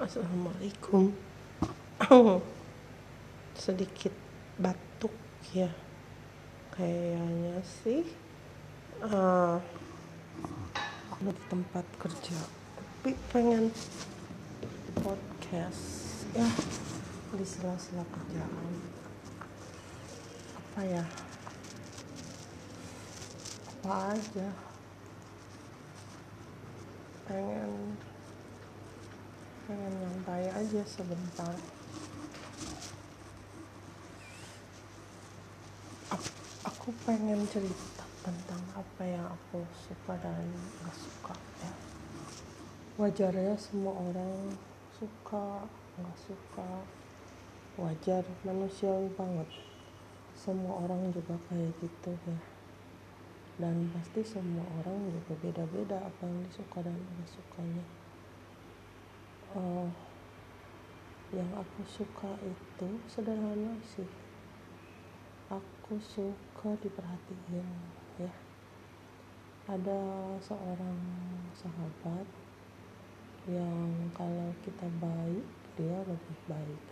Assalamualaikum. Sedikit batuk ya, kayaknya sih. Aku di tempat kerja, tapi pengen podcast ya di sela-sela kerjaan. Apa ya? Apa aja? Pengen nyantai aja sebentar. Aku pengen cerita tentang apa yang aku suka dan gak suka ya. Wajarnya semua orang suka, gak suka. Wajar, manusiawi banget. Semua orang juga kayak gitu ya. Dan pasti semua orang juga beda-beda apa yang disuka dan gak sukanya. Yang aku suka itu sederhana sih. Aku suka diperhatiin ya. Ada seorang sahabat yang kalau kita baik, dia lebih baik.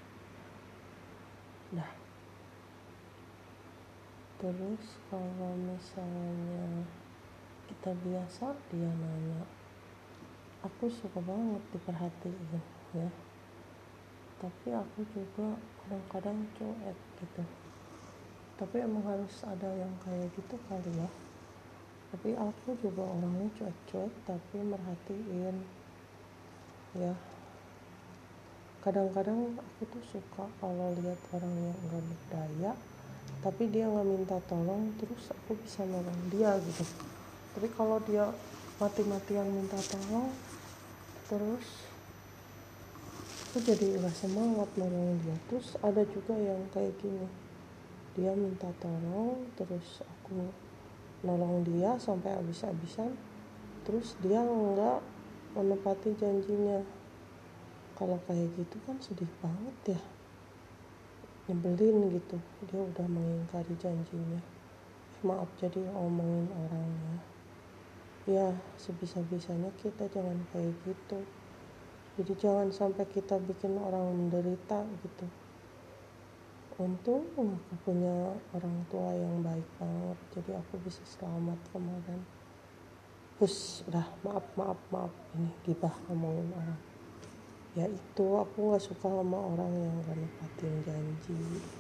Terus kalau misalnya kita biasa, dia nanya. Aku suka banget diperhatiin ya. Tapi aku juga kadang-kadang cuek gitu. Tapi emang harus ada yang kayak gitu kali ya. Tapi aku juga orangnya cuek-cuek tapi merhatiin ya. Kadang-kadang aku tuh suka kalau lihat orang yang gak berdaya tapi dia gak minta tolong, terus aku bisa nolong dia gitu. Tapi kalau dia mati-matian minta tolong, terus aku jadi gak semangat nolong dia. Terus ada juga yang kayak gini, dia minta tolong terus aku nolong dia sampai habis-habisan, terus dia nggak menepati janjinya. Kalau kayak gitu kan sedih banget ya, nyebelin gitu. Dia udah mengingkari janjinya. Maaf jadi ngomongin orangnya ya. Sebisa-bisanya kita jangan kayak gitu. Jadi jangan sampai kita bikin orang menderita gitu. Untung aku punya orang tua yang baik banget, jadi aku bisa selamat kemarin. Udah maaf, ini gibah ngomongin orang. Ya itu, aku gak suka sama orang yang gak nepatin janji.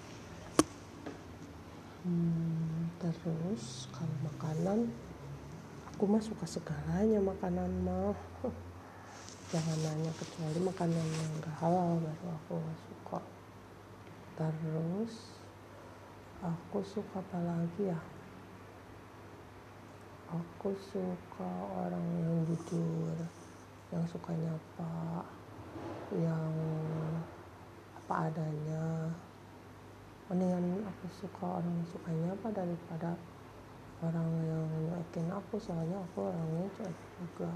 Terus kalau makanan, aku mah suka segalanya makanan mah. Jangan nanya, kecuali makanan yang gak halal baru aku gak suka. Terus aku suka apa lagi ya? Aku suka orang yang jujur, yang suka nyapa, yang apa adanya. Mendingan aku suka orang yang suka nyapa daripada orang yang nyuekin aku, soalnya aku orangnya cuek juga.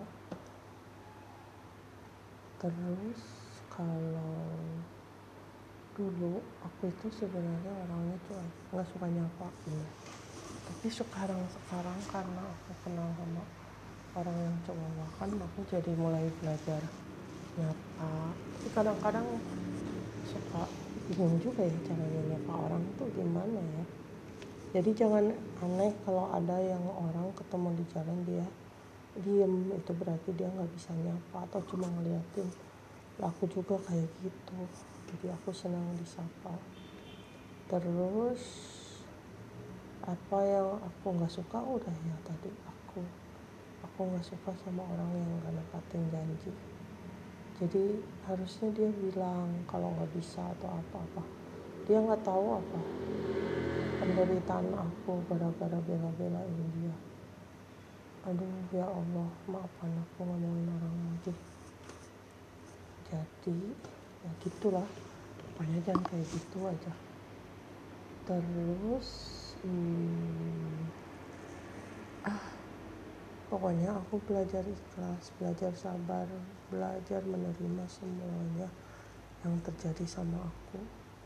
Terus kalau dulu aku itu sebenarnya orangnya cuek, nggak suka nyapa gitu. Tapi sekarang karena aku kenal sama orang yang coba-coba, aku jadi mulai belajar nyapa. Tapi kadang-kadang suka bingung juga ya caranya nyapa orang tuh gimana ya. Jadi jangan aneh kalau ada yang orang ketemu di jalan dia diem, itu berarti dia nggak bisa nyapa atau cuma ngeliatin. Aku juga kayak gitu, jadi aku senang disapa. Terus apa yang aku nggak suka udah ya tadi, aku nggak suka sama orang yang nggak nepatin janji. Jadi harusnya dia bilang kalau nggak bisa atau apa-apa. Dia nggak tahu apa penderitaan aku gara-gara bela-belain dia. Aduh ya Allah, maafkan aku ngomongin orang lagi. Jadi ya gitulah, pokoknya jangan kayak gitu aja. Terus pokoknya aku belajar ikhlas, belajar sabar, belajar menerima semuanya yang terjadi sama aku.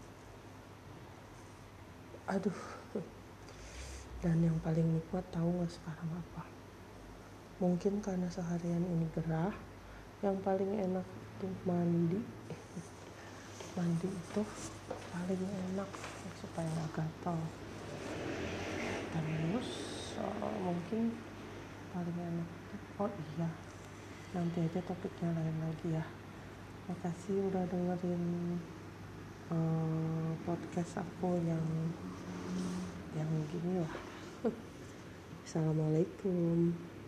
Dan yang paling nikmat tahu gak sekarang apa? Mungkin karena seharian ini gerah, Yang paling enak tuh mandi itu paling enak supaya nggak gatal. Terus mungkin paling enak tuh, oh iya, nanti aja topiknya lain lagi ya. Makasih udah dengerin podcast aku yang gini lah. Assalamualaikum.